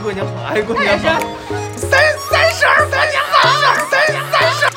过年好，阿姨过年好。 32过年好，32。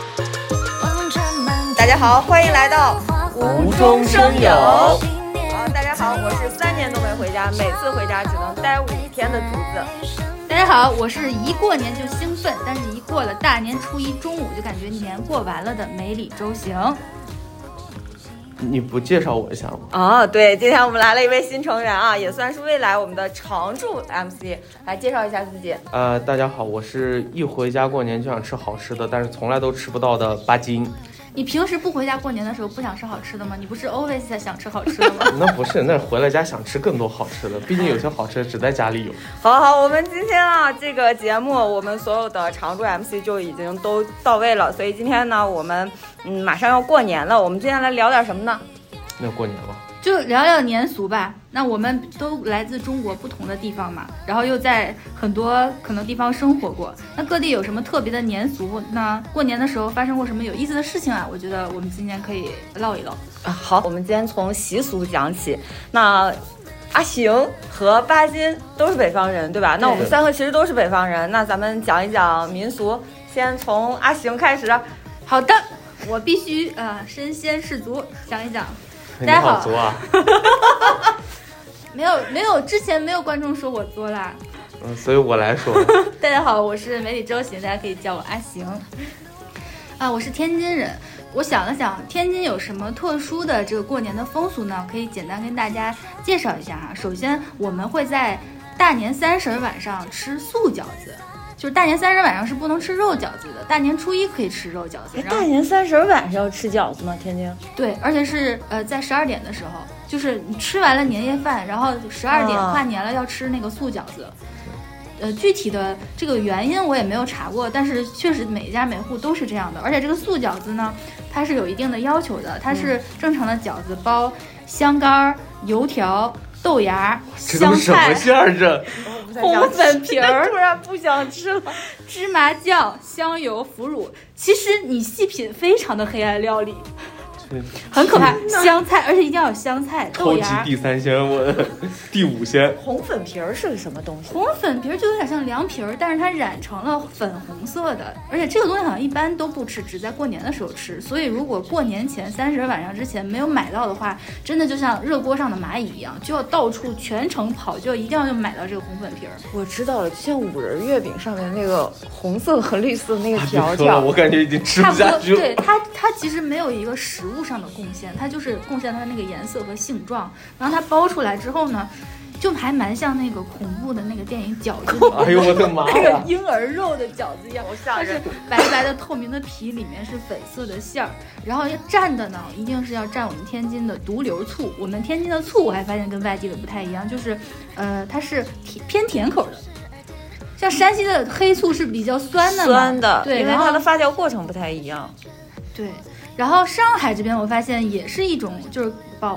大家好，欢迎来到无中生有。 好，大家好，我是3年都没回家，每次回家只能待5天的竹子。 大家好，我是一过年就兴奋，但是一过了大年初一中午就感觉年过完了的梅里周行。 你不介绍我一下吗？ 哦，对，今天我们来了一位新成员啊，也算是未来我们的常驻 MC， 来介绍一下自己。 大家好，我是一回家过年就想吃好吃的，但是从来都吃不到的巴金。 你平时不回家过年的时候不想吃好吃的吗？你不是 always 想吃好吃的吗？ 那不是，那回了家想吃更多好吃的，毕竟有些好吃的只在家里有。 好，我们今天啊这个节目，我们所有的常驻 MC 就已经都到位了，所以今天呢，我们马上要过年了，我们今天来聊点什么呢？ 那过年了。 就聊聊年俗吧。那我们都来自中国不同的地方嘛，然后又在很多可能地方生活过，那各地有什么特别的年俗？那过年的时候发生过什么有意思的事情啊？我觉得我们今天可以唠一唠。 好，我们今天从习俗讲起。那阿行和巴金都是北方人，对吧？那我们3个其实都是北方人。那咱们讲一讲民俗，先从阿行开始。 好的，我必须身先士卒讲一讲。 大家好，作啊！ 没有，之前没有观众说我作啦。 所以我来说。 大家好，我是梅里周行，大家可以叫我阿行。我是天津人。我想了想，天津有什么特殊的这个过年的风俗呢？可以简单跟大家介绍一下哈。首先，我们会在大年30晚上吃素饺子。就是大年30晚上是不能吃肉饺子的，大年初一可以吃肉饺子。 大年30晚上要吃饺子吗？天津？ 对，而且是在12点的时候，就是你吃完了年夜饭，然后12点跨年了要吃那个素饺子。具体的这个原因我也没有查过，但是确实每家每户都是这样的。而且这个素饺子呢，它是有一定的要求的，它是正常的饺子包香干、油条、豆芽、香菜， 这都什么馅儿这？ 红粉皮儿， 突然不想吃了。 芝麻酱、香油、腐乳，其实你细品非常的黑暗料理，很可怕。香菜，而且一定要有香菜、豆芽。 超级第3鲜，我第5鲜。 红粉皮儿是个什么东西？ 红粉皮儿就有点像凉皮儿，但是它染成了粉红色的，而且这个东西好像一般都不吃，只在过年的时候吃。所以如果过年前30晚上之前没有买到的话，真的就像热锅上的蚂蚁一样，就要到处全程跑，就一定要买到这个红粉皮儿。 我知道了，就像5仁月饼上面那个红色和绿色那个条条，我感觉已经吃不下去了。 对，它其实没有一个食物上的贡献，它就是贡献它那个颜色和形状。然后它包出来之后呢，就还蛮像那个恐怖的那个电影饺子， 哎呦我的妈呀， 那个婴儿肉的饺子一样，它是白白的透明的皮，里面是粉色的馅儿，然后蘸的呢一定是要蘸我们天津的独流醋。我们天津的醋我还发现跟外地的不太一样，就是它是偏甜口的。像山西的黑醋是比较酸的，对， 因为它的发酵过程不太一样。 对，然后上海这边我发现也是一种，就是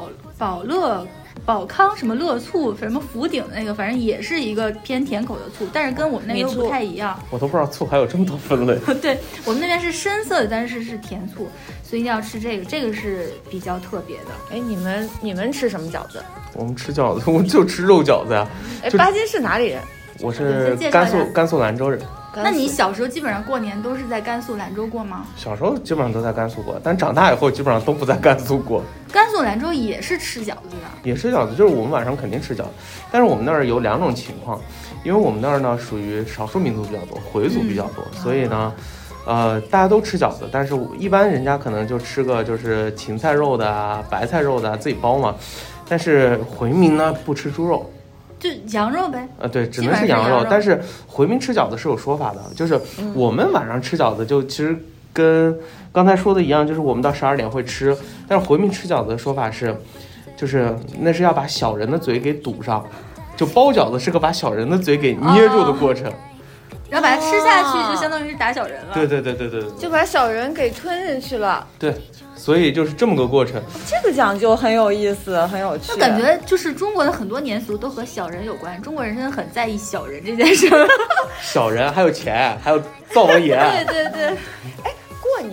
宝康什么乐醋，什么福鼎那个，反正也是一个偏甜口的醋，但是跟我们那个不太一样。 我都不知道醋还有这么多分类。 对，我们那边是深色的，但是是甜醋，所以一定要吃这个，这个是比较特别的。 哎，你们吃什么饺子？ 我们吃饺子，我们就吃肉饺子呀。 哎，巴金是哪里人？ 我是甘肃兰州人。 那你小时候基本上过年都是在甘肃兰州过吗？ 小时候基本上都在甘肃过，但长大以后基本上都不在甘肃过。 甘肃兰州也是吃饺子的？ 也吃饺子，就是我们晚上肯定吃饺子，但是我们那儿有2种情况，因为我们那儿呢属于少数民族比较多，回族比较多，所以呢，大家都吃饺子，但是一般人家可能就吃个就是芹菜肉的啊、白菜肉的啊，自己包嘛，但是回民呢不吃猪肉。 就羊肉呗， 对，只能是羊肉。但是回民吃饺子是有说法的，就是我们晚上吃饺子，就其实跟刚才说的一样，就是我们到12点会吃，但是回民吃饺子的说法是，就是那是要把小人的嘴给堵上，就包饺子是个把小人的嘴给捏住的过程。 然后把它吃下去，就相当于是打小人了。 对， 就把小人给吞进去了。 对，所以就是这么个过程。 这个讲究很有意思，很有趣。 就感觉就是中国的很多年俗都和小人有关，中国人真的很在意小人这件事。 小人还有钱，还有灶王爷。 对。 哎，过年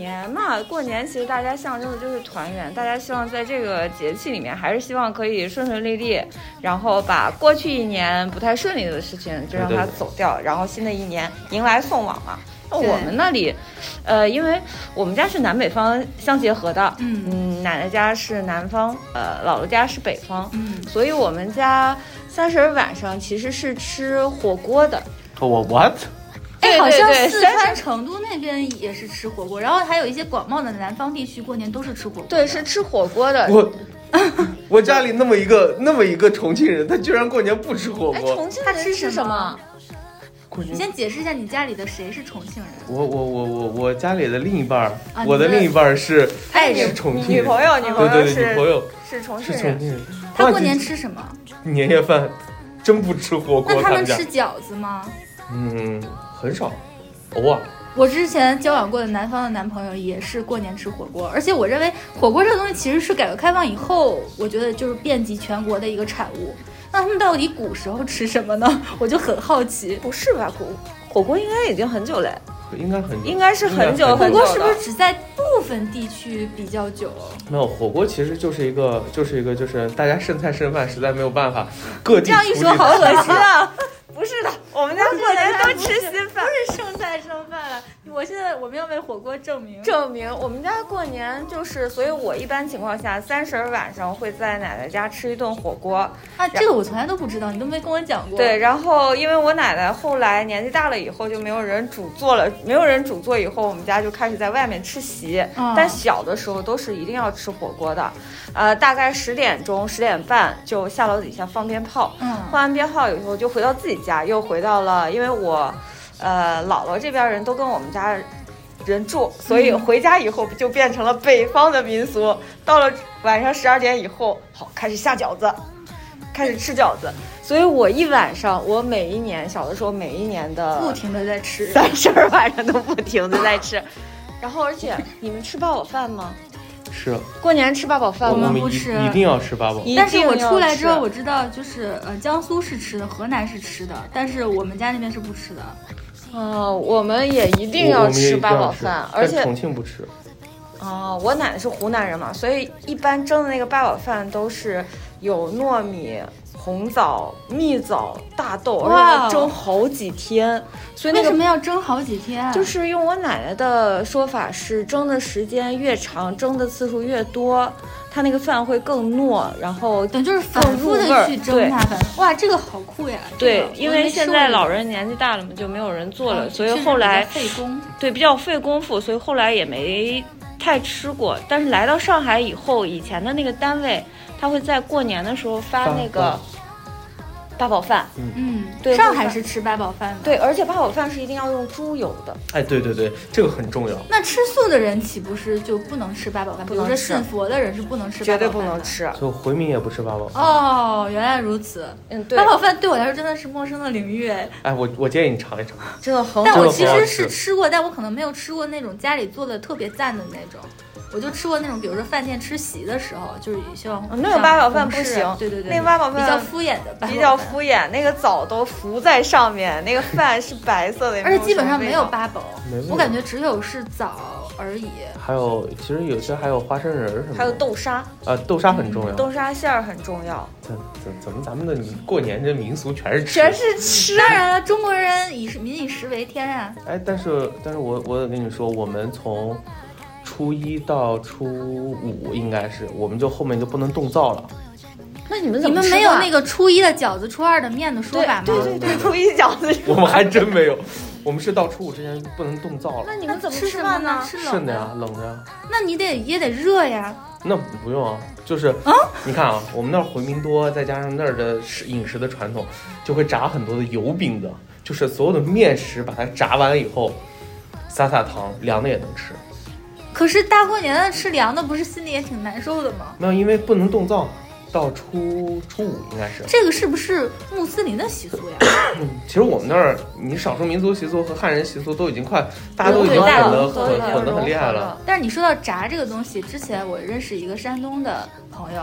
年嘛，过年其实大家象征的就是团圆，大家希望在这个节气里面，还是希望可以顺顺利利，然后把过去一年不太顺利的事情就让它走掉，然后新的一年迎来送往嘛。我们那里，因为我们家是南北方相结合的，奶奶家是南方，姥姥家是北方，所以我们家30晚上其实是吃火锅的。 我 what？ 哎，好像四川成都那边也是吃火锅，然后还有一些广袤的南方地区过年都是吃火锅。 对，是吃火锅的。 我家里那么一个重庆人，他居然过年不吃火锅。 重庆人他吃什么？ 你先解释一下你家里的谁是重庆人？ 我家里的另一半，我的另一半是爱人， 是重庆人， 女朋友是重庆人。 他过年吃什么？ 年夜饭，真不吃火锅。 那他们吃饺子吗？ 很少，偶尔。 我之前交往过的南方的男朋友也是过年吃火锅，而且我认为火锅这个东西其实是改革开放以后，我觉得就是遍及全国的一个产物。那他们到底古时候吃什么呢？我就很好奇。 不是吧？火锅应该已经很久了。 应该是很久。 火锅是不是只在部分地区比较久？ 没有，火锅其实就是一个就是大家剩菜剩饭，实在没有办法，各地这样一说好恶心啊！ 不是的，我们家过年都吃新饭， 不是剩菜剩饭了。我们要为火锅证明， 我们家过年就是，所以我一般情况下30晚上会在奶奶家吃一顿火锅。 啊，这个我从来都不知道，你都没跟我讲过。 对，然后因为我奶奶后来年纪大了以后就没有人煮做了，没有人煮做以后，我们家就开始在外面吃席。但小的时候都是一定要吃火锅的。大概10点钟10点半就下楼底下放鞭炮。放完鞭炮以后就回到自己家，又回到了，因为我姥姥这边人都跟我们家人住，所以回家以后就变成了北方的民俗。到了晚上12点以后，好开始下饺子，开始吃饺子。所以我一晚上，我每一年小的时候每一年的不停的在吃 ，30晚上都不停的在吃。然后而且你们吃八宝饭吗？ 是过年吃八宝饭吗？ 我们不吃， 一定要吃八宝。 但是我出来之后我知道，就是江苏是吃的，河南是吃的，但是我们家那边是不吃的。 我们也一定要吃八宝饭，而且重庆不吃。 我奶奶是湖南人嘛，所以一般蒸的那个八宝饭都是有糯米、红枣、蜜枣、大豆，而且要蒸好几天。所以为什么要蒸好几天？ 就是用我奶奶的说法是，蒸的时间越长，蒸的次数越多，它那个饭会更糯，然后等就是反复的去蒸它。哇，这个好酷呀！ 对，因为现在老人年纪大了嘛，就没有人做了，所以后来费工。 对，比较费功夫，所以后来也没太吃过。但是来到上海以后，以前的那个单位，他会在过年的时候发那个八宝饭。对， 上海是吃八宝饭的。 对，而且八宝饭是一定要用猪油的。 哎，对，这个很重要。 那吃素的人岂不是就不能吃八宝饭？比如说信佛的人是不能吃八宝饭， 绝对不能吃。 就回民也不吃八宝饭。 哦，原来如此。 对， 八宝饭对我来说真的是陌生的领域。 哎，我建议你尝一尝， 真的很好吃。 但我其实是吃过，但我可能没有吃过那种家里做的特别赞的那种。我就吃过那种，比如说饭店吃席的时候，就是希望那个八宝饭不行， 对， 那个八宝饭比较敷衍的， 比较敷衍，那个枣都浮在上面，那个饭是白色的， 而且基本上没有八宝， 我感觉只有是枣而已。 还有，其实有些还有花生仁什么的， 还有豆沙， 豆沙很重要， 豆沙馅儿很重要。 怎么咱们的过年这民俗全是吃？ 当然了，中国人民以食为天啊。 哎，但是我得跟你说，我们从初1到初5应该是，我们就后面就不能动灶了。 那你们怎么吃？ 没有那个初1的饺子，初2的面的说法吗？ 对，初1饺子。 我们还真没有，我们是到初5之前不能动灶了。 那你们怎么吃饭呢？ 剩的呀，冷的呀。 那你也得热呀。 那不用啊，就是你看啊，我们那儿回民多，再加上那儿的饮食的传统，就会炸很多的油饼的，就是所有的面食把它炸完了以后，撒糖，凉的也能吃。 可是大过年的吃凉的，不是心里也挺难受的吗？ 没有，因为不能动灶，到初5应该是。 这个是不是穆斯林的习俗呀？ 其实我们那儿，你少数民族习俗和汉人习俗都已经大家都已经混得很厉害了。 但是你说到炸这个东西，之前我认识一个山东的朋友，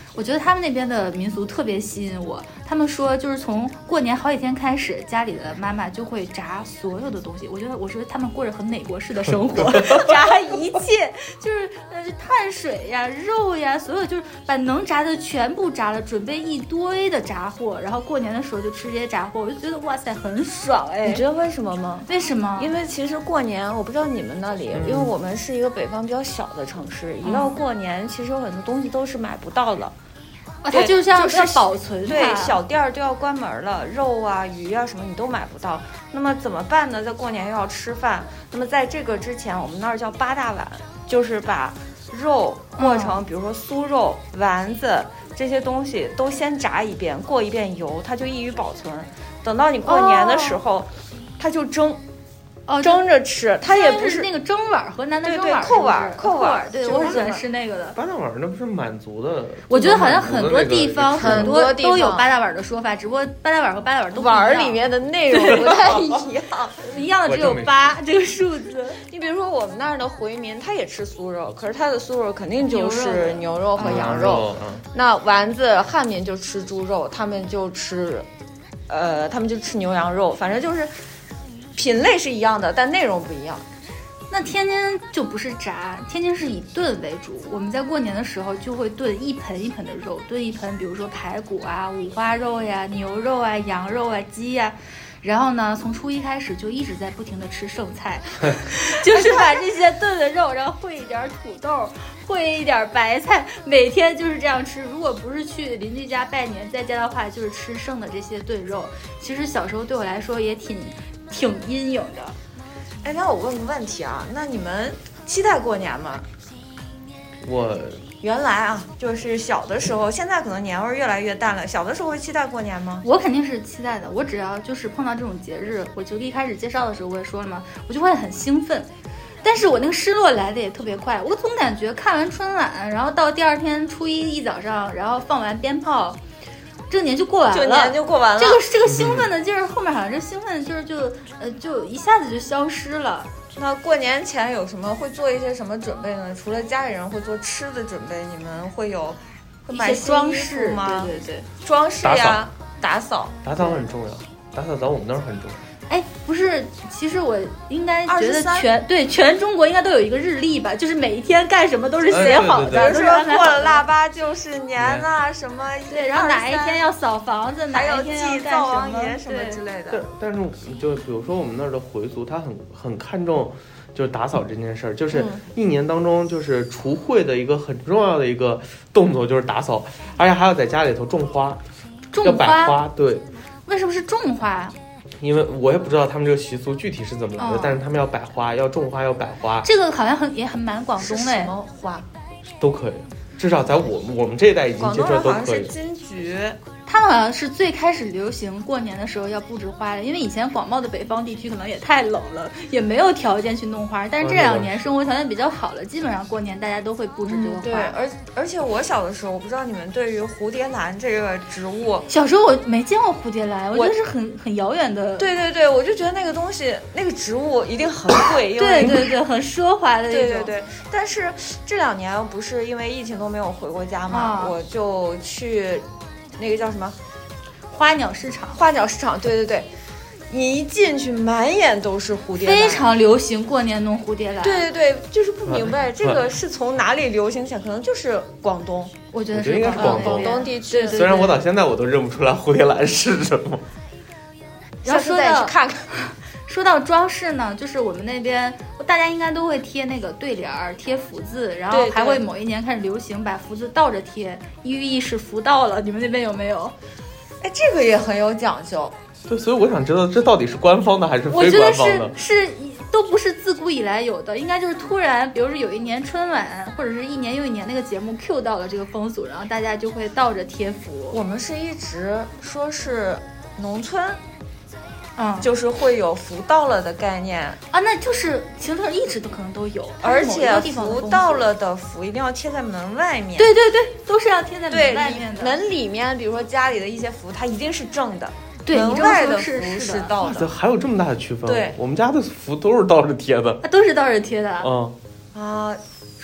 我觉得他们那边的民俗特别吸引我。他们说，就是从过年好几天开始，家里的妈妈就会炸所有的东西。我说他们过着很美国式的生活，炸一切，就是碳水呀、肉呀，所有就是把能炸的全部炸了，准备一堆的炸货，然后过年的时候就吃这些炸货，我就觉得哇塞，很爽哎！ 你知道为什么吗？ 为什么？ 因为其实过年，我不知道你们那里，因为我们是一个北方比较小的城市，一到过年，其实有很多东西都是买不到的。 它就像就是要保存它， 对，小店儿都要关门了，肉啊、鱼啊什么你都买不到。那么怎么办呢？在过年又要吃饭，那么在这个之前，我们那儿叫8大碗，就是把肉过成，比如说酥肉、丸子这些东西都先炸一遍，过一遍油，它就易于保存。等到你过年的时候，它就蒸。蒸着吃，它也不是那个蒸碗，河南的蒸碗， 扣碗， 对，我很喜欢吃那个的。 8大碗那不是满族的？ 我觉得好像很多地方都有8大碗的说法，只不过8大碗和8大碗都不一样， 碗里面的内容不太一样， 一样的只有8这个数字。 你比如说我们那儿的回民，他也吃酥肉，可是他的酥肉肯定就是牛肉和羊肉。那丸子汉民就吃猪肉，他们就吃牛羊肉，反正就是。品类是一样的，但内容不一样。 那天津就不是炸，天津是以炖为主。我们在过年的时候就会炖一盆一盆的肉，炖一盆，比如说排骨啊、五花肉呀、牛肉啊、羊肉啊、鸡呀。然后呢，从初一开始就一直在不停的吃剩菜，就是把这些炖的肉，然后烩一点土豆，烩一点白菜，每天就是这样吃。如果不是去邻居家拜年，在家的话就是吃剩的这些炖肉。其实小时候对我来说也挺阴影的。 哎，那我问个问题啊，那你们期待过年吗？ 我原来啊，就是小的时候，现在可能年味越来越淡了。小的时候会期待过年吗？ 我肯定是期待的。我只要就是碰到这种节日，我就一开始介绍的时候我也说了嘛，我就会很兴奋。但是我那个失落来的也特别快，我总感觉看完春晚，然后到第二天初一一早上，然后放完鞭炮。这个年就过完了， 年就过完了。 这个兴奋的劲儿，后面好像这兴奋的劲儿就一下子就消失了。 那过年前有什么会做一些什么准备呢？除了家里人会做吃的准备，你们会买装饰吗？ 对， 装饰呀，打扫很重要，打扫在我们那儿很重要。 哎，不是，其实我应该觉得全中国应该都有一个日历吧，就是每一天干什么都是写好的， 比如说过了腊八就是年啊什么， 对，然后哪一天要扫房子，哪一天要干灶王爷什么之类的。 但是就比如说我们那儿的回族，他很看重就是打扫这件事儿，就是一年当中就是除秽的一个很重要的一个动作就是打扫，而且还要在家里头种花，要摆花。对， 为什么是种花？ 因为我也不知道他们这个习俗具体是怎么来的，但是他们要摆花，要种花，要摆花。 这个好像也很蛮广东的， 什么花都可以，至少在我们这一代已经接触的都可以。 广东人好像是金桔。 他们好像是最开始流行过年的时候要布置花的，因为以前广袤的北方地区可能也太冷了，也没有条件去弄花。但是这2年生活条件比较好了，基本上过年大家都会布置这个花。 对，而且我小的时候，我不知道你们对于蝴蝶兰这个植物， 小时候我没见过蝴蝶兰，我觉得是很遥远的。 对，我就觉得那个东西，那个植物一定很贵， 对，很奢华的那种。 对。但是这2年不是因为疫情都没有回过家嘛，我就去。那个叫什么花鸟市场， 对，你一进去满眼都是蝴蝶兰， 非常流行过年弄蝴蝶兰。 对，就是不明白这个是从哪里流行起来，可能就是广东， 我觉得应该是广东地区。 虽然我到现在我都认不出来蝴蝶兰是什么。 然后再去看看。 说到装饰呢，就是我们那边大家应该都会贴那个对联儿、贴福字，然后还会某一年开始流行把福字倒着贴，寓意是福到了。你们那边有没有？ 哎，这个也很有讲究。 对，所以我想知道这到底是官方的还是非官方的？ 我觉得是都不是自古以来有的，应该就是突然，比如说有一年春晚或者是一年又一年那个节目 Q 到了这个风俗，然后大家就会倒着贴福。 我们是一直说是农村。就是会有福到了的概念啊，那就是其实一直都可能都有， 而且福到了的福一定要贴在门外面。 对，都是要贴在门外面的。 门里面，比如说家里的一些福，它一定是正的。 对， 门外的福是倒的。 还有这么大的区分？ 对， 我们家的福都是倒着贴的， 都是倒着贴的。 除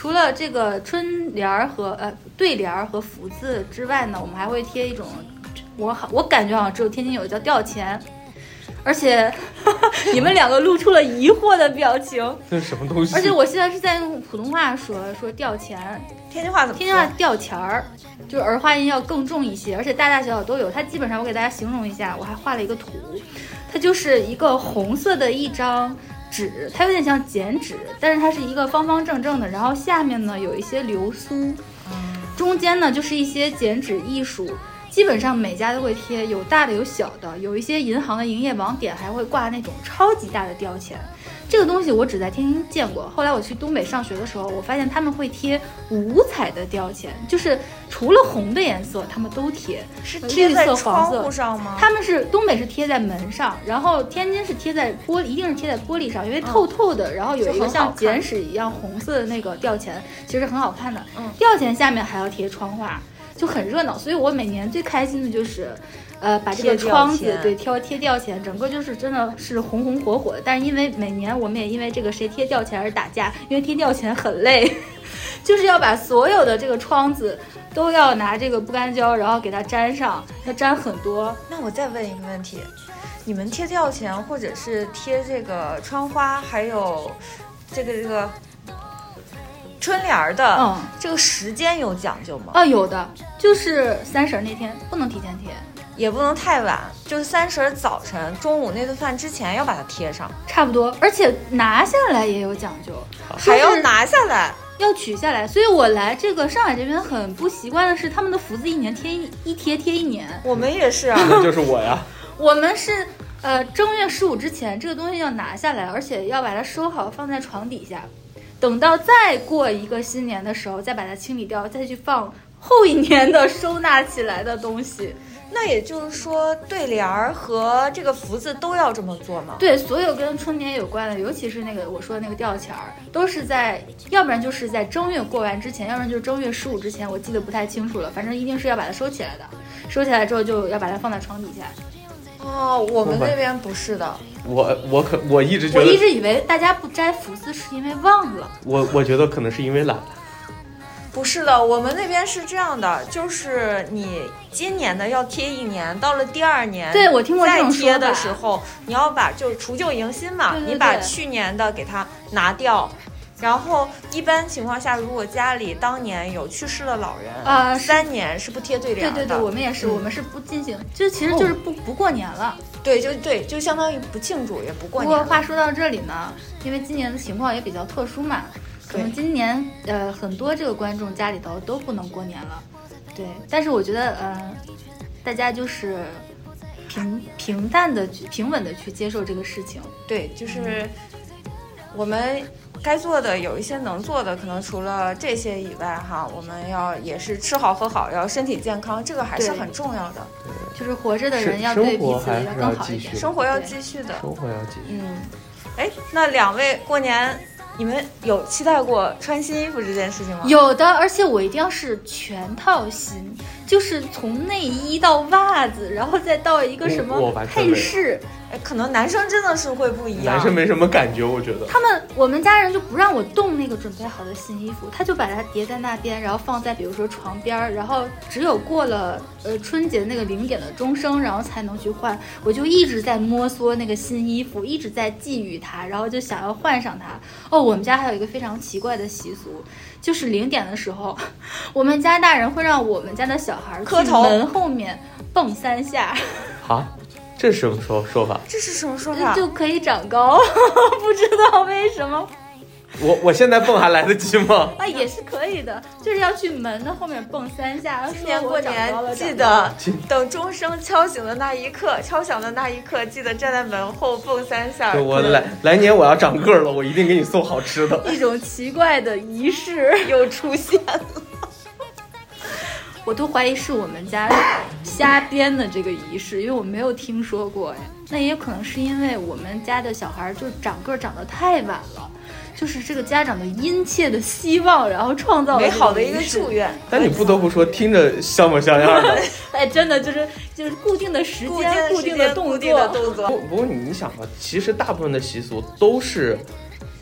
除了这个春联儿和对联儿和福字之外呢，我们还会贴一种，我感觉好像只有天津有叫吊钱。而且你们两个露出了疑惑的表情， 这是什么东西？ 而且我现在是在用普通话说吊钱， 天津话怎么说？ 天津话吊钱儿，就是儿化音要更重一些，而且大大小小都有。它基本上我给大家形容一下，我还画了一个图，它就是一个红色的一张纸，它有点像剪纸，但是它是一个方方正正的，然后下面呢有一些流苏，中间呢就是一些剪纸艺术。基本上每家都会贴，有大的有小的，有一些银行的营业网点还会挂那种超级大的吊钱。这个东西我只在天津见过，后来我去东北上学的时候，我发现他们会贴五彩的吊钱，就是除了红的颜色他们都贴， 是贴在窗户上吗？ 他们是东北是贴在门上，然后天津是贴在玻璃，一定是贴在玻璃上，因为透透的，然后有一个像剪纸一样红色的那个吊钱，其实很好看的。吊钱下面还要贴窗画，就很热闹，所以我每年最开心的就是，把这个窗子贴吊钱，整个就是真的是红红火火的。但是因为每年我们也因为这个谁贴吊钱而打架，因为贴吊钱很累，就是要把所有的这个窗子都要拿这个不干胶，然后给它粘上，要粘很多。 那我再问一个问题，你们贴吊钱或者是贴这个窗花，还有这个春联的，这个时间有讲究吗？ 有的，就是30那天不能提前贴， 也不能太晚，就是30早晨中午那顿饭之前要把它贴上， 差不多。而且拿下来也有讲究， 还要拿下来， 要取下来。所以我来这个上海这边很不习惯的是，他们的福字一年贴一年。我们也是啊， 那就是我呀。 我们是正月15之前这个东西要拿下来，而且要把它收好放在床底下。等到再过一个新年的时候，再把它清理掉，再去放后一年的收纳起来的东西。 那也就是说，对联儿和这个福字都要这么做吗？ 对，所有跟春节有关的，尤其是那个我说的那个吊钱儿，都是要不然就是在正月过完之前，要不然就是正月15之前，我记得不太清楚了，反正一定是要把它收起来的。收起来之后就要把它放在床底下。 我们那边不是的。 我一直觉得， 我一直以为大家不摘福字是因为忘了。 我觉得可能是因为懒。 不是的，我们那边是这样的，就是你今年的要贴1年，到了第2年， 对，我听过这种再贴的时候，你要把就是除旧迎新嘛， 对， 你把去年的给它拿掉。然后一般情况下，如果家里当年有去世的老人，3年是不贴对联的。 对，我们也是，我们是不进行，就其实就是不过年了。 对，就相当于不庆祝，也不过年。 不过话说到这里呢，因为今年的情况也比较特殊嘛，可能今年很多这个观众家里头都不能过年了。对，但是我觉得大家就是平淡的、平稳的去接受这个事情。 对，就是我们该做的有一些能做的，可能除了这些以外哈，我们也是吃好喝好，要身体健康，这个还是很重要的。 就是活着的人要对彼此要更好一点， 生活要继续的。 生活要继续。 那2位过年你们有期待过穿新衣服这件事情吗？ 有的，而且我一定要是全套新，就是从内衣到袜子，然后再到一个什么配饰。 可能男生真的是会不一样， 男生没什么感觉，我觉得。 我们家人就不让我动那个准备好的新衣服，他就把它叠在那边，然后放在比如说床边，然后只有过了春节那个0点的钟声，然后才能去换。我就一直在摸索那个新衣服，一直在觊觎它，然后就想要换上它。我们家还有一个非常奇怪的习俗，就是0点的时候，我们家大人会让我们家的小孩去门后面蹦3下。 啊？这是什么说法？ 这是什么说法？ 就可以长高，不知道为什么。 我现在蹦还来得及吗？ 也是可以的，就是要去门的后面蹦3下。 今年过年记得等钟声敲响的那一刻，记得站在门后蹦3下。 我来年我要长个了，我一定给你送好吃的。 一种奇怪的仪式又出现了。 我都怀疑是我们家瞎编的这个仪式，因为我没有听说过。那也可能是因为我们家的小孩就长个长得太晚了，就是这个家长的殷切的希望，然后创造了美好的一个祝愿。 但你不得不说，听着像模像样的。 真的就是固定的时间、固定的动作。 不过你想吧，其实大部分的习俗都是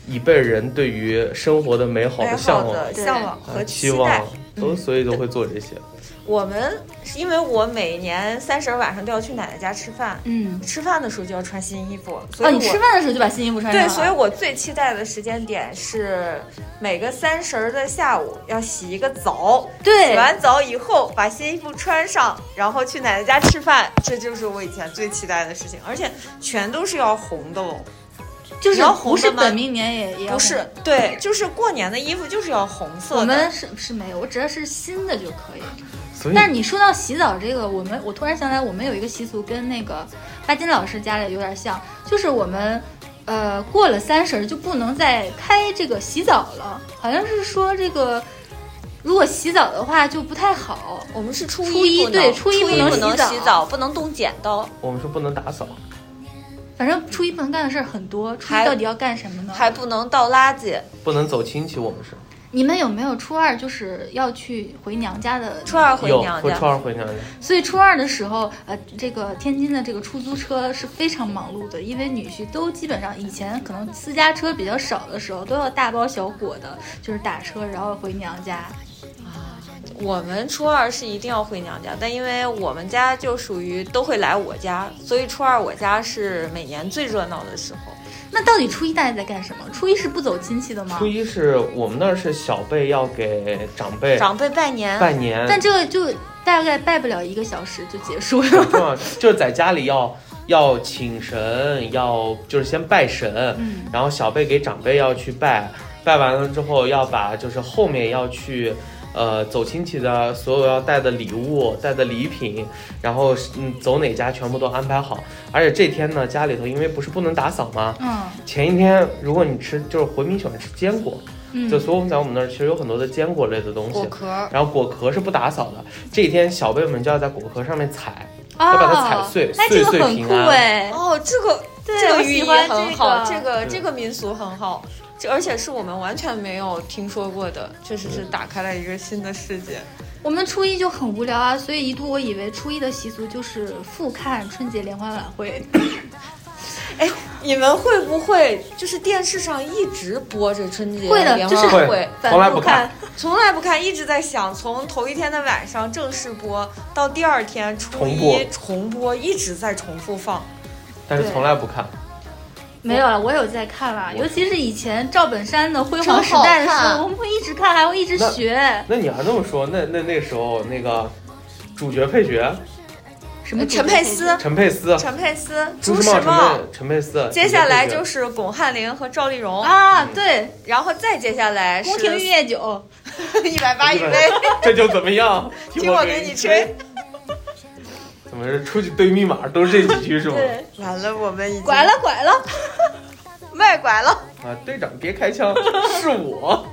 一辈人对于生活的美好的向往、 和期望，所以都会做这些。 我们因为我每年30晚上都要去奶奶家吃饭，吃饭的时候就要穿新衣服，所以你吃饭的时候就把新衣服穿上了。 对，所以我最期待的时间点是每个30的下午要洗一个澡， 对， 洗完澡以后把新衣服穿上，然后去奶奶家吃饭，这就是我以前最期待的事情，而且全都是要红的哦。 就是不是本命年也不是，对，就是过年的衣服就是要红色的。 我们是没有，我只要是新的就可以。但是你说到洗澡这个，我突然想起来，我们有一个习俗跟那个巴金老师家里有点像，就是我们过了30就不能再开这个洗澡了，好像是说这个如果洗澡的话就不太好。 我们是初一对，初一不能洗澡，不能动剪刀。 我们是不能打扫。 反正初一不能干的事儿很多，初一到底要干什么呢？ 还不能倒垃圾， 不能走亲戚。我们是。 你们有没有初2就是要去回娘家的？ 初2回娘家， 初2回娘家。 所以初2的时候，这个天津的这个出租车是非常忙碌的，因为女婿都基本上以前可能私家车比较少的时候，都要大包小裹的，就是打车然后回娘家。 我们初2是一定要回娘家，但因为我们家就属于都会来我家，所以初2我家是每年最热闹的时候。 那到底初一大家在干什么？初一是不走亲戚的吗？ 初一是我们那儿是小辈要给长辈拜年， 但这个就大概拜不了1个小时就结束了。 就是在家里要请神，要就是先拜神，然后小辈给长辈要去拜完了之后要把就是后面要去走亲戚的所有要带的礼物、带的礼品，然后走哪家全部都安排好。而且这天呢，家里头因为不能打扫吗？前一天如果你吃，就是回民喜欢吃坚果，就所以我们在我们那儿其实有很多的坚果类的东西， 果壳， 然后果壳是不打扫的。这一天小辈们就要在果壳上面踩，要把它踩碎，岁岁平安。 哦，这个寓意很好，这个民俗很好。而且是我们完全没有听说过的，确实是打开了一个新的世界。 我们初一就很无聊啊，所以一度我以为初一的习俗就是复看春节联欢晚会。 哎，你们会不会就是电视上一直播着春节联欢晚会？ 从来不看， 从来不看，一直在想从头一天的晚上正式播到第2天初一重播，一直在重复放， 但是从来不看。 没有了，我有在看了，尤其是以前赵本山的辉煌时代的时候，我们会一直看，还会一直学。 那你要这么说，那时候那个主角配角， 什么陈佩斯、朱时茂、 陈佩斯。 接下来就是巩汉林和赵丽蓉啊，对， 然后再接下来是宫廷玉液酒 ，180一杯， 这就怎么样？ 听我给你吹。 怎么是出去对密码都是这几句是吗？ 对，完了，我们已经拐了， 卖拐了啊！队长别开枪，是我。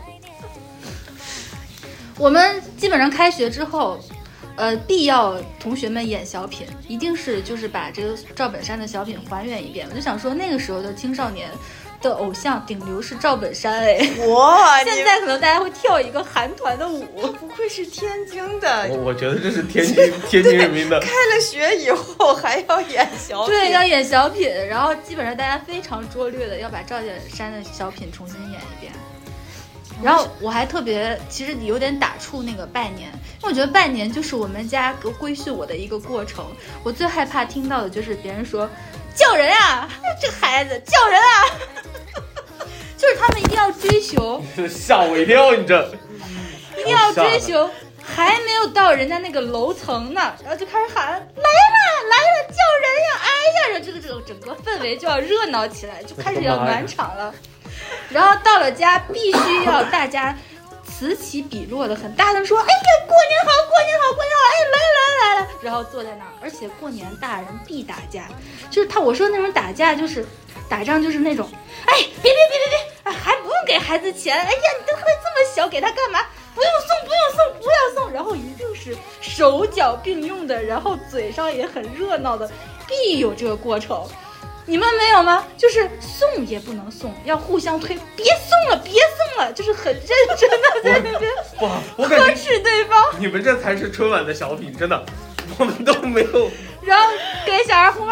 我们基本上开学之后，必要同学们演小品，一定是就是把这个赵本山的小品还原一遍。我就想说，那个时候的青少年的偶像顶流是赵本山哇！ 现在可能大家会跳一个韩团的舞， 不愧是天津的。 我觉得这是天津人民的。 开了学以后还要演小品， 对，要演小品，然后基本上大家非常拙劣的要把赵本山的小品重新演一遍。然后我还特别，其实有点打怵那个拜年，因为我觉得拜年就是我们家规训我的一个过程。我最害怕听到的就是别人说叫人啊，这个孩子叫人啊，就是他们一定要追求， 吓我一跳，你这一定要追求，还没有到人家那个楼层呢，然后就开始喊来了，叫人呀，哎呀，这个整个氛围就要热闹起来，就开始要暖场了。然后到了家，必须要大家此起彼落的很大声说：“哎呀，过年好，哎，来了。”然后坐在那儿，而且过年大人必打架，就是我说那种打架就是打仗，就是那种，哎，别，哎，还不用给孩子钱，哎呀，你都会这么小，给他干嘛？不要送，然后一定是手脚并用的，然后嘴上也很热闹的，必有这个过程。你们没有吗？就是送也不能送，要互相推，别送了，就是很认真的在那边呵斥对方。 你们这才是春晚的小品，真的，我们都没有。 然后给小孩红包，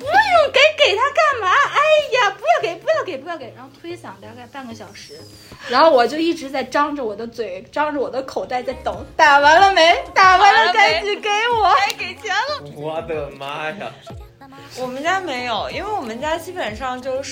不用给他干嘛？哎呀，不要给，然后推搡大概半个小时，然后我就一直在张着我的嘴，张着我的口袋在等，打完了没？打完了赶紧给我， 该给钱了。 我的妈呀！ 我们家没有，因为我们家基本上就是，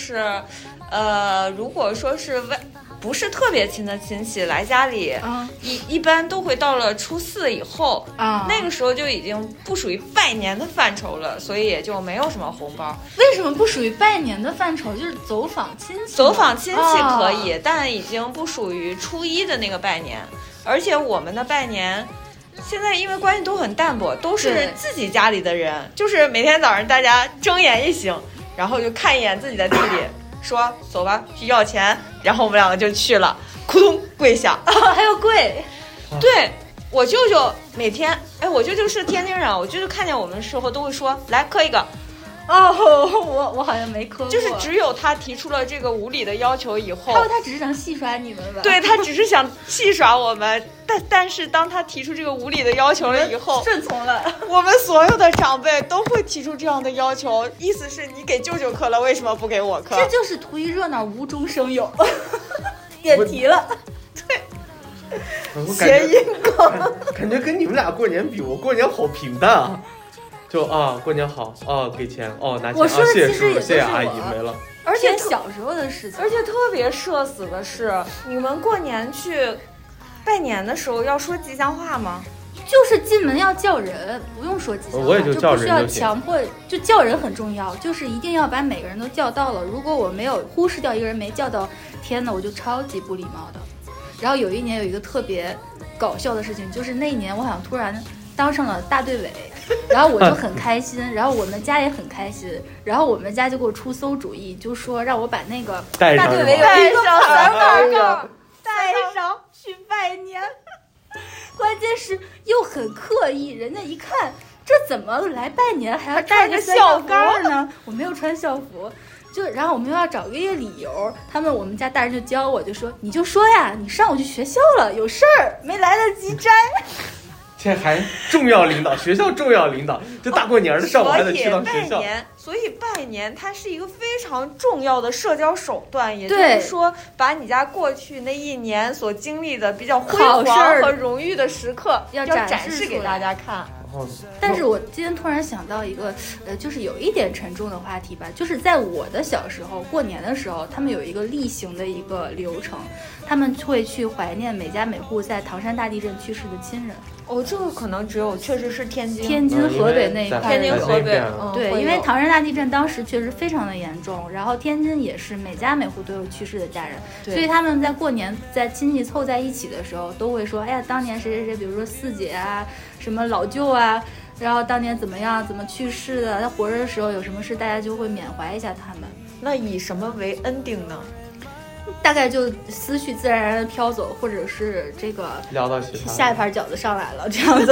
如果说是不是特别亲的亲戚来家里，一般都会到了初4以后，那个时候就已经不属于拜年的范畴了，所以也就没有什么红包。 为什么不属于拜年的范畴？就是走访亲戚。 走访亲戚可以，但已经不属于初1的那个拜年，而且我们的拜年。现在因为关系都很淡薄，都是自己家里的人，就是每天早上大家睁眼一醒，然后就看一眼自己的弟弟，说走吧去要钱，然后我们两个就去了，扑通跪下， 还有跪。 对，我舅舅每天，我舅舅是天津人，我舅舅看见我们的时候都会说来磕一个。 我好像没磕过， 就是只有他提出了这个无理的要求以后， 他只是想戏耍你们吧？ 对，他只是想戏耍我们，但是当他提出这个无理的要求了以后， 顺从了。 我们所有的长辈都会提出这样的要求，意思是你给舅舅磕了，为什么不给我磕？ 这就是图一热闹，无中生有。点题了， 对，谐音梗， 感觉跟你们俩过年比，我过年好平淡啊。就过年好给钱拿钱我说的谢谢其实也叔叔谢谢阿姨没了。 而且小时候的事情， 而且特别社死的是，你们过年去拜年的时候要说吉祥话吗？ 就是进门要叫人，不用说吉祥话， 我也就叫人不需要强迫，就叫人很重要，就是一定要把每个人都叫到了。如果我没有忽视掉一个人没叫到，天哪，我就超级不礼貌的。然后有一年有一个特别搞笑的事情，就是那一年我好像突然当上了大队委，然后我就很开心，然后我们家也很开心，然后我们家就给我出馊主意，就说让我把那个大队委有一个牌儿带上去拜年。关键是又很刻意，人家一看这怎么来拜年还要带个校服呢？我没有穿校服，然后我们又要找一个理由，我们家大人就教我，就说你就说呀，你上午去学校了，有事儿没来得及摘。 这还重要领导，学校重要领导，这大过年的上午还得去到学校。 所以拜年它是一个非常重要的社交手段，也就是说，把你家过去那一年所经历的比较辉煌和荣誉的时刻要展示给大家看。 但是我今天突然想到一个，就是有一点沉重的话题吧，就是在我的小时候过年的时候，他们有一个例行的一个流程，他们会去怀念每家每户在唐山大地震去世的亲人。 这个可能确实是天津、 河北那一块， 天津、河北， 对，因为唐山大地震当时确实非常的严重，然后天津也是每家每户都有去世的家人，所以他们在过年在亲戚凑在一起的时候，都会说，哎呀，当年谁谁谁，比如说四姐啊，什么老舅啊，然后当年怎么样，怎么去世的，他活着的时候有什么事，大家就会缅怀一下他们。 那以什么为 ending 呢？ 大概就思绪自然而然的飘走，或者是这个聊到下一盘饺子上来了这样子。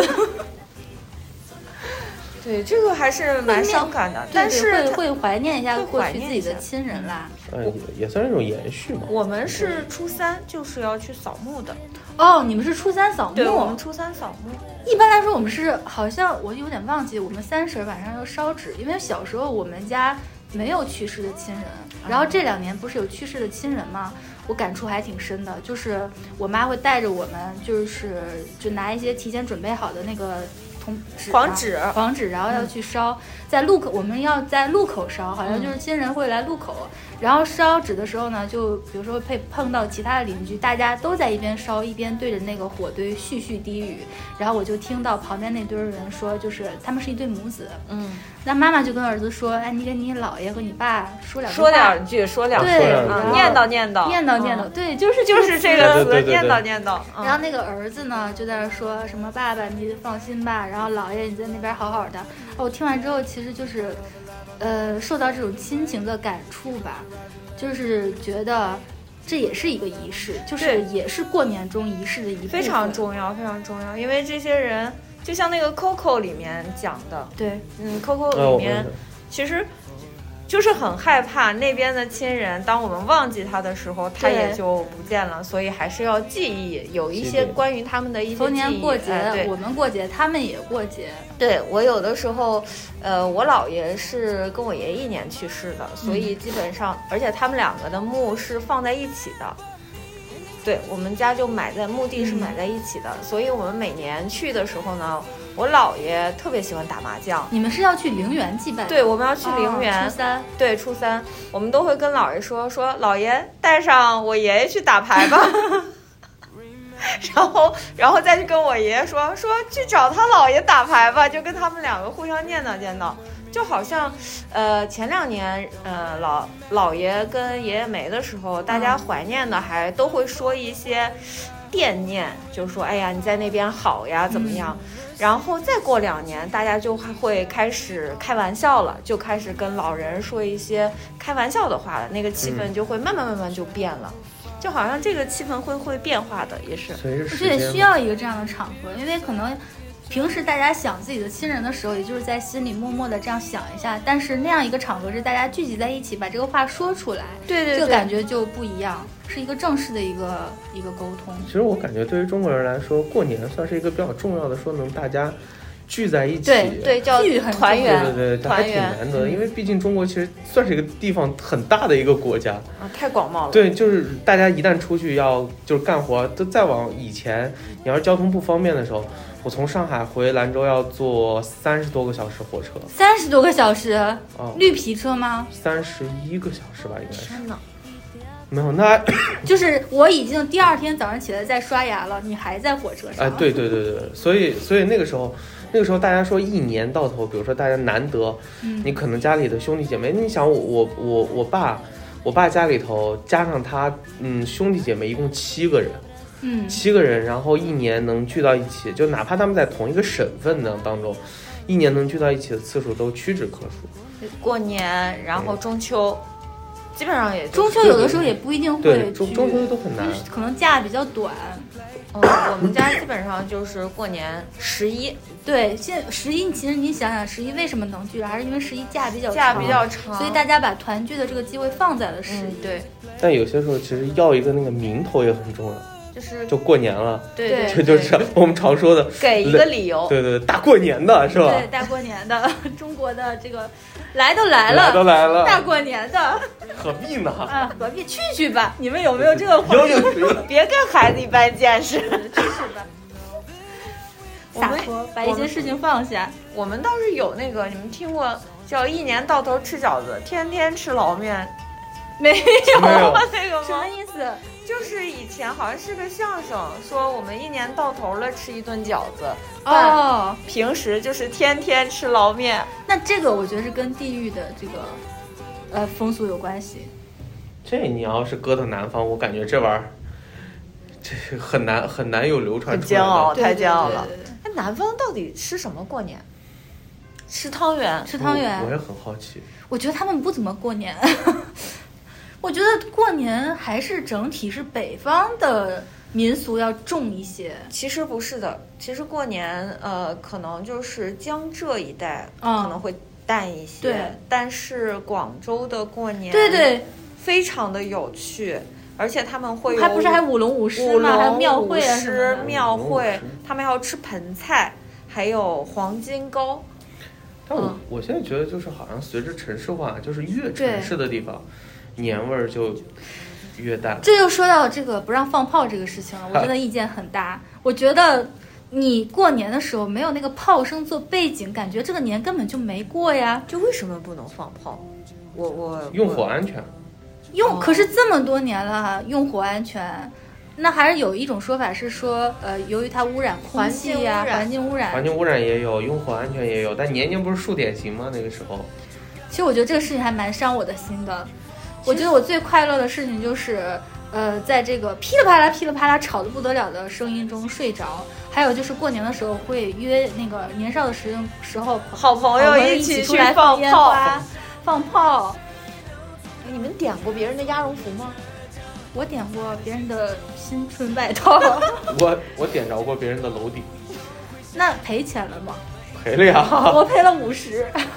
对，这个还是蛮伤感的，但是会怀念一下过去自己的亲人啦。 也算是一种延续嘛。 我们是初3就是要去扫墓的。 你们是初3扫墓？ 对，我们初3扫墓。 一般来说，我们是好像我有点忘记，我们30晚上要烧纸，因为小时候我们家没有去世的亲人，然后这2年不是有去世的亲人吗？我感触还挺深的，就是我妈会带着我们，就拿一些提前准备好的那个黄纸，然后要去烧，在路口，我们要在路口烧，好像就是亲人会来路口，然后烧纸的时候呢，就比如说会碰到其他的邻居，大家都在一边烧，一边对着那个火堆絮絮低语，然后我就听到旁边那堆人说，就是他们是一对母子，那妈妈就跟儿子说，哎，你跟你姥爷和你爸说两句， 对，念叨， 对，就是这个词，念叨。 然后那个儿子呢，就在那说什么爸爸，你放心吧，然后姥爷你在那边好好的。我听完之后，其实就是，受到这种亲情的感触吧，就是觉得这也是一个仪式，就是也是过年中仪式的一部分， 非常重要，非常重要，因为这些人。就像那个 Coco 里面讲的， 对 ，Coco 里面，其实就是很害怕那边的亲人，当我们忘记他的时候，他也就不见了，所以还是要记忆，有一些关于他们的一些记忆。 逢年过节，我们过节，他们也过节。 对，我有的时候，我姥爷是跟我爷爷1年去世的，所以基本上，而且他们2个的墓是放在一起的。对，我们家就墓地是埋在一起的，所以我们每年去的时候呢，我姥爷特别喜欢打麻将。 你们是要去陵园祭拜？ 对，我们要去陵园。 初3。 对，初3，我们都会跟姥爷说，姥爷带上我爷爷去打牌吧。然后再去跟我爷爷说去找他姥爷打牌吧，就跟他们2个互相念叨，就好像前2年姥爷跟爷爷没的时候，大家怀念的还都会说一些惦念，就说哎呀你在那边好呀怎么样，然后再过2年大家就会开始开玩笑了，就开始跟老人说一些开玩笑的话了，那个气氛就会慢慢就变了。就好像这个气氛会变化的，也是。 我觉得也需要一个这样的场合，因为可能平时大家想自己的亲人的时候，也就是在心里默默的这样想一下，但是那样一个场合是大家聚集在一起，把这个话说出来， 对， 这个感觉就不一样，是一个正式的一个沟通。 其实我感觉对于中国人来说，过年算是一个比较重要的，说能大家聚在一起， 对，叫团圆， 对，还挺难得的，因为毕竟中国其实算是一个地方很大的一个国家啊，太广袤了。 对，就是大家一旦出去就是干活，都再往以前，你要是交通不方便的时候，我从上海回兰州要坐30多个小时火车 ，30多个小时，绿皮车吗 ？31个小时吧，应该是。 天哪！ 没有，那就是我已经第2天早上起来在刷牙了，你还在火车上。 哎，对，所以那个时候大家说1年到头，比如说大家难得，你可能家里的兄弟姐妹，你想我爸家里头加上他兄弟姐妹一共7个人，7个人，然后1年能聚到一起，就哪怕他们在同一个省份呢当中，1年能聚到一起的次数都屈指可数。 过年，然后中秋。基本上也中秋有的时候也不一定会中秋都很难， 可能假比较短。 我们家基本上就是过年11。 对，现在11，其实你想想11为什么能聚，还是因为11假比较长，所以大家把团聚的这个机会放在了11。 对。 但有些时候其实要一个那个名头也很重要。就过年了， 对， 这就是我们常说的给一个理由， 对，大过年的是吧？ 对，大过年的，中国的这个来都来了，大过年的， 何必呢？ 啊，何必去吧？你们有没有这个环境？ 别跟孩子一般见识， 去吧。洒脱，把一些事情放下。 我们倒是有那个，你们听过叫1年到头吃饺子，天天吃捞面？ 没有那个吗？ 什么意思？ 就是以前好像是个相声，说我们1年到头了吃一顿饺子，平时就是天天吃捞面。 那这个我觉得是跟地域的这个风俗有关系。 这你要是搁到南方，我感觉这玩意儿这很难有流传出来的， 很煎熬，太煎熬了。 那南方到底吃什么过年？吃汤圆。 我也很好奇。 我觉得他们不怎么过年。我觉得过年还是整体是北方的民俗要重一些。 其实不是的，其实过年可能就是江浙一带可能会淡一些， 对。 但是广州的过年对非常的有趣，而且他们会有还不是还舞龙舞狮吗？还有庙会啊什么的。 庙会，他们要吃盆菜，还有黄金糕。 但我现在觉得就是好像随着城市化，就是越城市的地方年味儿就越淡。 这就说到这个不让放炮这个事情了，我真的意见很大。我觉得你过年的时候没有那个炮声做背景，感觉这个年根本就没过呀。 就为什么不能放炮？我用火安全。 可是这么多年了，用火安全。那还是有一种说法是说，由于它污染空气呀，环境污染也有，用火安全也有，但年年不是数典型吗？那个时候。 其实我觉得这个事情还蛮伤我的心的。我觉得我最快乐的事情就是，在这个噼里啪啦噼里啪啦吵得不得了的声音中睡着。还有就是过年的时候会约那个年少的时候好朋友一起出来放炮。 放炮。 你们点过别人的鸭绒服吗？ 我点过别人的新春外套。 我点着过别人的楼顶。 那赔钱了吗？ 赔了呀。 我赔了50。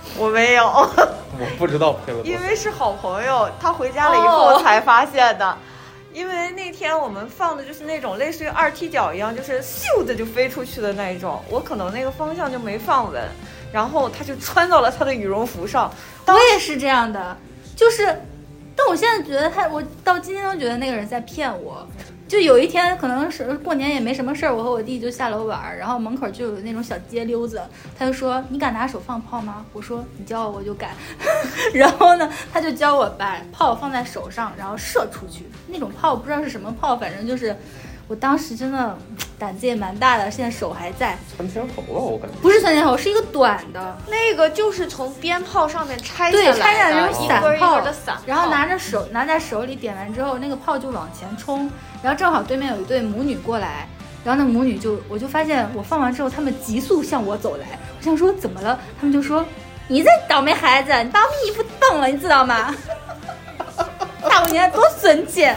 我没有， 我不知道配了多少， 因为是好朋友，他回家了以后才发现的。因为那天我们放的就是那种类似于二踢脚一样，就是咻的就飞出去的那一种，我可能那个方向就没放稳，然后他就穿到了他的羽绒服上。 我也是这样的，就是，但我现在觉得我到今天都觉得那个人在骗我。就有一天可能是过年也没什么事儿，我和我弟就下楼玩，然后门口就有那种小街溜子，他就说你敢拿手放炮吗？我说你教我就敢。然后呢他就教我把炮放在手上然后射出去，那种炮不知道是什么炮，反正就是我当时真的胆子也蛮大的，现在手还在。 窜天猴了，我感觉不是窜天猴，是一个短的， 那个就是从鞭炮上面拆下来的， 对，拆下来那种散炮的散炮， 然后拿在手里点完之后，那个炮就往前冲，然后正好对面有一对母女过来，然后那母女我就发现我放完之后，他们急速向我走来，我想说怎么了？他们就说你这倒霉孩子，你把我们衣服蹬了，你知道吗？大过年多生气。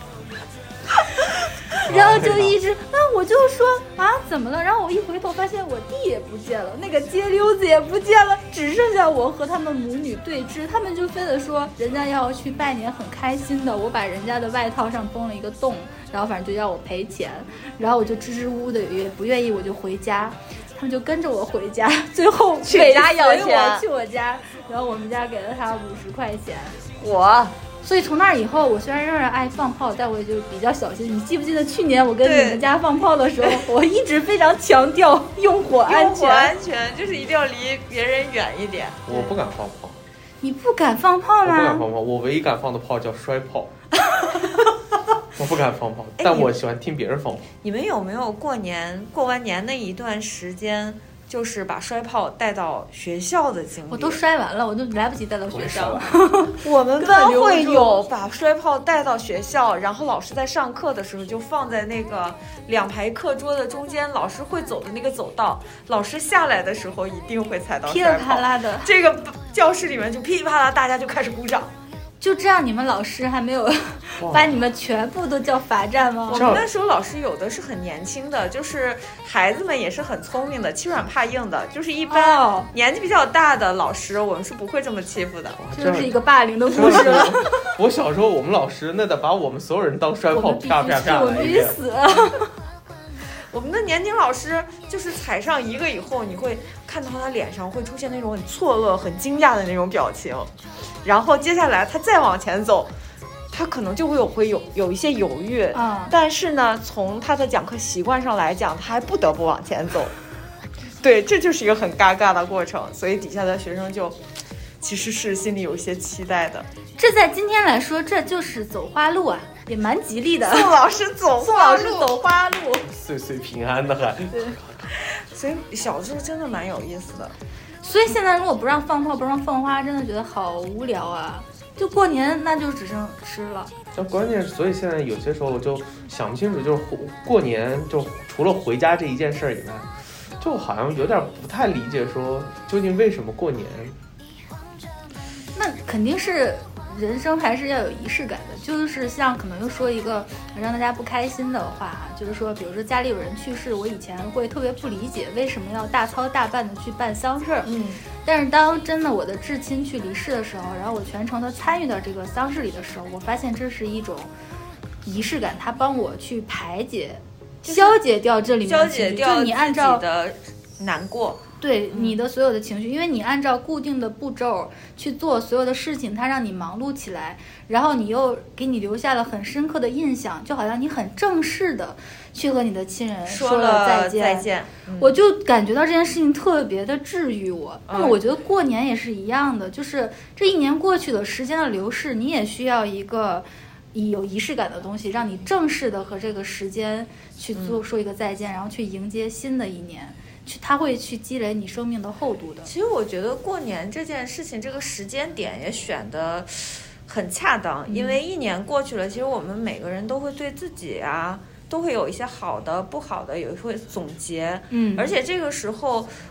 然后就一直我就说怎么了？然后我一回头发现我弟也不见了，那个街溜子也不见了，只剩下我和他们母女对峙。他们就非得说人家要去拜年很开心的，我把人家的外套上崩了一个洞，然后反正就要我赔钱，然后我就支支吾吾的也不愿意，我就回家。他们就跟着我回家，最后去家要钱， 我去我家，然后我们家给了他50块钱。所以从那以后，我虽然仍然爱放炮，但我也就比较小心。你记不记得去年我跟你们家放炮的时候，我一直非常强调用火安全。 用火安全就是一定要离别人远一点。 我不敢放炮。 你不敢放炮吗？ 我不敢放炮，我唯一敢放的炮叫摔炮。我不敢放炮，但我喜欢听别人放炮。 你们有没有过完年那一段时间？就是把摔炮带到学校的经历， 我都摔完了，我都来不及带到学校了。 我们班会有把摔炮带到学校，然后老师在上课的时候就放在那个2排课桌的中间，老师会走的那个走道，老师下来的时候一定会踩到摔炮， 噼里啪啦的， 这个教室里面就噼里啪啦，大家就开始鼓掌。 就这样，你们老师还没有把你们全部都叫罚站吗？ 我们那时候老师有的是很年轻的，就是孩子们也是很聪明的，欺软怕硬的，就是一般年纪比较大的老师，我们是不会这么欺负的。 这就是一个霸凌的故事了。 我小时候我们老师那得把我们所有人当摔炮，啪啪啪， 我们必须死。 我们的年轻老师就是踩上一个以后，你会看到他脸上会出现那种很错愕、很惊讶的那种表情，然后接下来他再往前走，他可能就会有一些犹豫，但是呢，从他的讲课习惯上来讲，他还不得不往前走。对，这就是一个很尴尬的过程，所以底下的学生就其实是心里有一些期待的。 这在今天来说，这就是走花路啊，也蛮吉利的。 宋老师走花路， 岁岁平安的还。 对，所以小时候真的蛮有意思的。 所以现在如果不让放炮，不让放花，真的觉得好无聊啊！就过年那就只剩吃了。 但关键是，所以现在有些时候我就想不清楚，就是过年就除了回家这一件事以外，就好像有点不太理解，说究竟为什么过年？ 那肯定是人生还是要有仪式感的，就是像可能又说一个让大家不开心的话，就是说比如说家里有人去世，我以前会特别不理解为什么要大操大办的去办丧事儿，但是当真的我的至亲去离世的时候，然后我全程的参与到这个丧事里的时候，我发现这是一种仪式感，它帮我去排解、消解掉这里面的情绪，就你按照自己的难过。 对你的所有的情绪，因为你按照固定的步骤去做所有的事情，它让你忙碌起来，然后你又给你留下了很深刻的印象，就好像你很正式的去和你的亲人说了再见。我就感觉到这件事情特别的治愈我。那么我觉得过年也是一样的，就是这一年过去的时间的流逝，你也需要一个有仪式感的东西，让你正式的和这个时间去说一个再见，然后去迎接新的一年。它会去积累你生命的厚度的。 其实我觉得过年这件事情，这个时间点也选得很恰当，因为一年过去了，其实我们每个人都会对自己啊，都会有一些好的、不好的，也会总结。而且这个时候，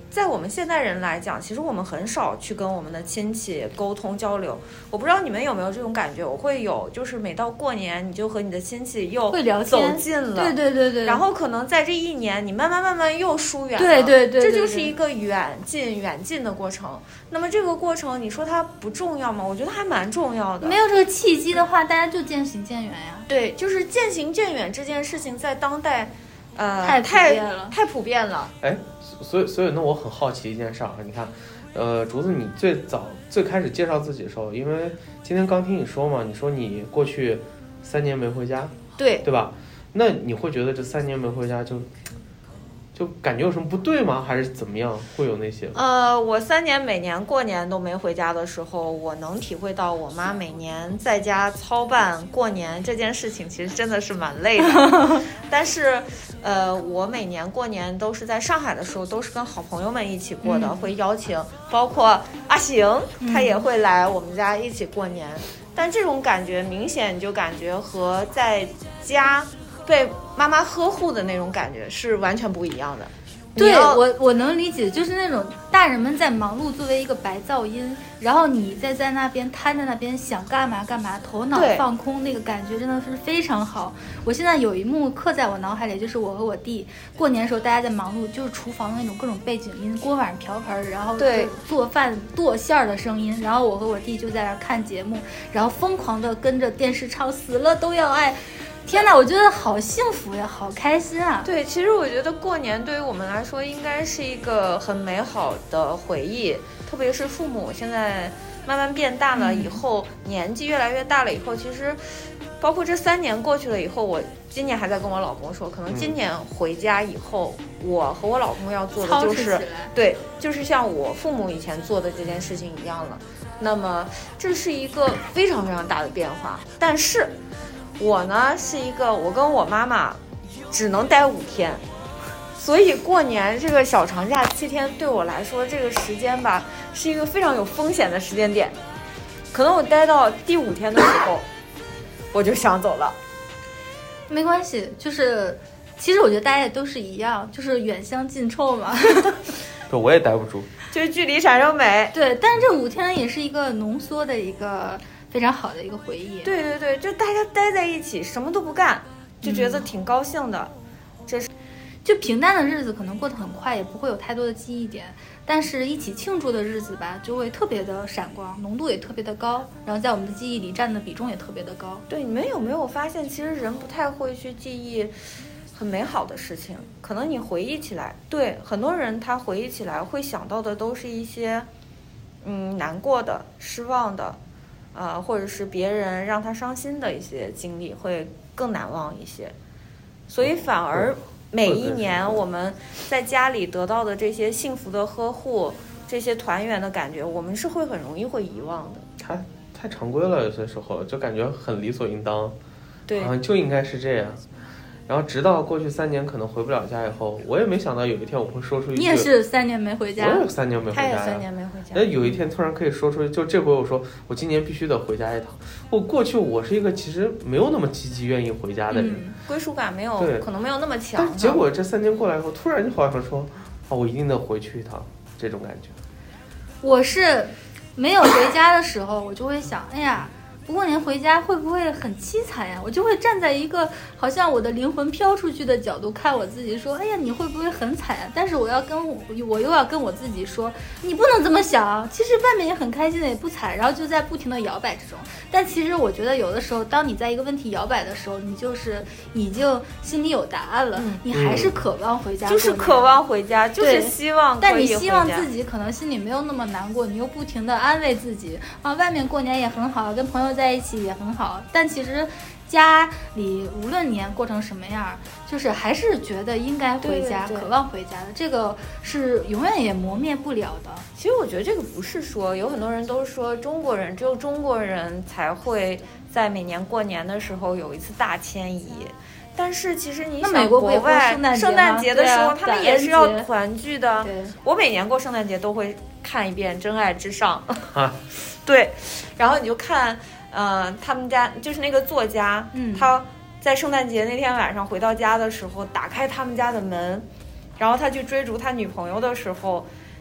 在我们现代人来讲，其实我们很少去跟我们的亲戚沟通交流。我不知道你们有没有这种感觉，我会有，就是每到过年，你就和你的亲戚又走近了， 对， 然后可能在这一年，你慢慢又疏远了， 对， 这就是一个远近的过程。那么这个过程，你说它不重要吗？我觉得还蛮重要的。 没有这个契机的话，大家就渐行渐远呀。 对，就是渐行渐远这件事情，在当代，太普遍了。 哎，所以呢，我很好奇一件事儿，你看，竹子，你最开始介绍自己的时候，因为今天刚听你说嘛，你说你过去3年没回家，对吧？那你会觉得这3年没回家就感觉有什么不对吗？还是怎么样？会有那些？ 我3年每年过年都没回家的时候，我能体会到我妈每年在家操办过年这件事情，其实真的是蛮累的。但是，我每年过年都是在上海的时候，都是跟好朋友们一起过的，会邀请，包括阿行，他也会来我们家一起过年。但这种感觉明显就感觉和在家被妈妈呵护的那种感觉是完全不一样的。 对，我能理解，就是那种大人们在忙碌作为一个白噪音，然后你在那边瘫在那边想干嘛干嘛，头脑放空，那个感觉真的是非常好。我现在有一幕刻在我脑海里，就是我和我弟过年的时候，大家在忙碌，就是厨房的那种各种背景音，锅碗瓢盆，然后做饭剁馅儿的声音，然后我和我弟就在那看节目，然后疯狂的跟着电视唱死了都要爱。天哪，我觉得好幸福呀，好开心啊！ 对，其实我觉得过年对于我们来说应该是一个很美好的回忆，特别是父母现在慢慢变大了以后，年纪越来越大了以后，其实包括这3年过去了以后，我今年还在跟我老公说，可能今年回家以后，我和我老公要做的就是对，就是像我父母以前做的这件事情一样了。那么这是一个非常非常大的变化，但是我呢是一个，我跟我妈妈只能待5天，所以过年这个小长假7天对我来说，这个时间吧是一个非常有风险的时间点。可能我待到第5天的时候，我就想走了。 没关系，就是其实我觉得大家也都是一样，就是远香近臭嘛。 对，我也待不住， 就是距离产生美。 对，但是这5天也是一个浓缩的一个非常好的一个回忆。 对，就大家待在一起，什么都不干，就觉得挺高兴的。这是就平淡的日子可能过得很快，也不会有太多的记忆点，但是一起庆祝的日子吧，就会特别的闪光，浓度也特别的高，然后在我们的记忆里占的比重也特别的高。 对，你们有没有发现，其实人不太会去记忆很美好的事情，可能你回忆起来，对很多人他回忆起来会想到的都是一些难过的、失望的，或者是别人让他伤心的一些经历会更难忘一些。所以反而每一年我们在家里得到的这些幸福的呵护，这些团圆的感觉，我们是会很容易会遗忘的。 太常规了，有些时候就感觉很理所应当， 对， 就应该是这样。然后直到过去3年可能回不了家以后，我也没想到有一天我会说出一句。 你也是3年没回家。 我也3年没回家呀。 他也3年没回家。 那有一天突然可以说出，就这回我说我今年必须得回家一趟。过去我是一个其实没有那么积极愿意回家的人， 归属感没有，可能没有那么强。 但结果这3年过来以后，突然就好像说，我一定得回去一趟，这种感觉。 我是没有回家的时候，我就会想，哎呀。不过年回家会不会很凄惨呀？我就会站在一个好像我的灵魂飘出去的角度看我自己，说：“哎呀，你会不会很惨呀？”但是我又要跟我自己说，你不能这么想。其实外面也很开心的，也不惨。然后就在不停的摇摆之中。但其实我觉得有的时候，当你在一个问题摇摆的时候，你就是已经心里有答案了，你还是渴望回家， 就是渴望回家，就是希望可以回家。 但你希望自己可能心里没有那么难过，你又不停的安慰自己啊，外面过年也很好，跟朋友在一起也很好，但其实家里无论年过成什么样，就是还是觉得应该回家，渴望回家的，这个是永远也磨灭不了的。 其实我觉得这个不是说，有很多人都说中国人只有中国人才会在每年过年的时候有一次大迁移。但是其实你想，国外圣诞节的时候，他们也是要团聚的。我每年过圣诞节都会看一遍《真爱至上》对，然后你就看，他们家就是那个作家，他在圣诞节那天晚上回到家的时候，打开他们家的门，然后他去追逐他女朋友的时候，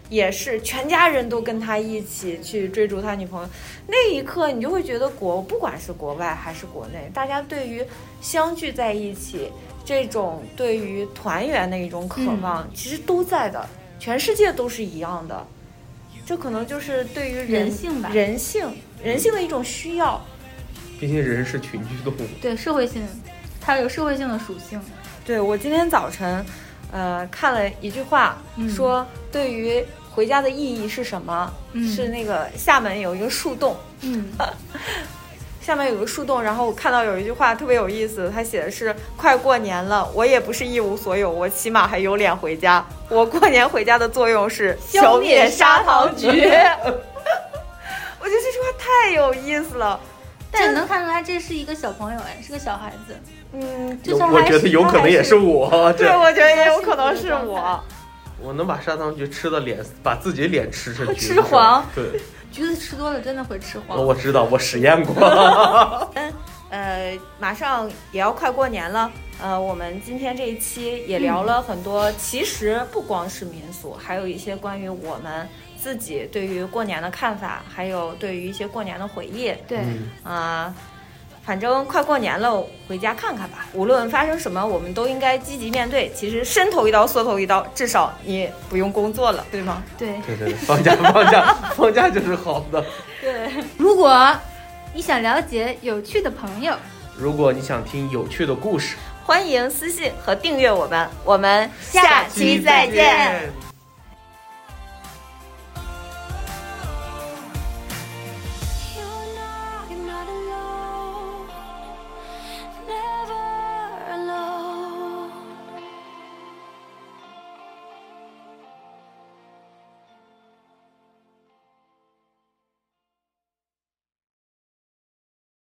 也是全家人都跟他一起去追逐他女朋友，那一刻你就会觉得不管是国外还是国内，大家对于相聚在一起这种对于团圆的一种渴望，其实都在的，全世界都是一样的。这可能就是对于人性吧， 人性的一种需要。 毕竟人是群居动物， 对，社会性，它有社会性的属性。 对，我今天早晨看了一句话，说对于回家的意义是什么？是那个厦门有一个树洞，厦门有个树洞，然后我看到有一句话特别有意思，他写的是快过年了，我也不是一无所有，我起码还有脸回家，我过年回家的作用是消灭砂糖橘。我觉得这句话太有意思了。 但是能看出来这是一个小朋友，哎，是个小孩子。 我觉得有可能也是我。 对，我觉得也有可能是我。 我能把砂糖橘吃的脸，把自己脸吃成橘子， 吃黄。 对， 橘子吃多了真的会吃黄。 我知道，我实验过。 马上也要快过年了，我们今天这一期也聊了很多，其实不光是民俗，还有一些关于我们自己对于过年的看法，还有对于一些过年的回忆。 对， 反正快过年了，回家看看吧。无论发生什么，我们都应该积极面对。其实伸头一刀，缩头一刀，至少你不用工作了，对吗？ 对， 放假就是好的。 对，如果你想了解有趣的朋友， 如果你想听有趣的故事， 欢迎私信和订阅我们。我们下期再见。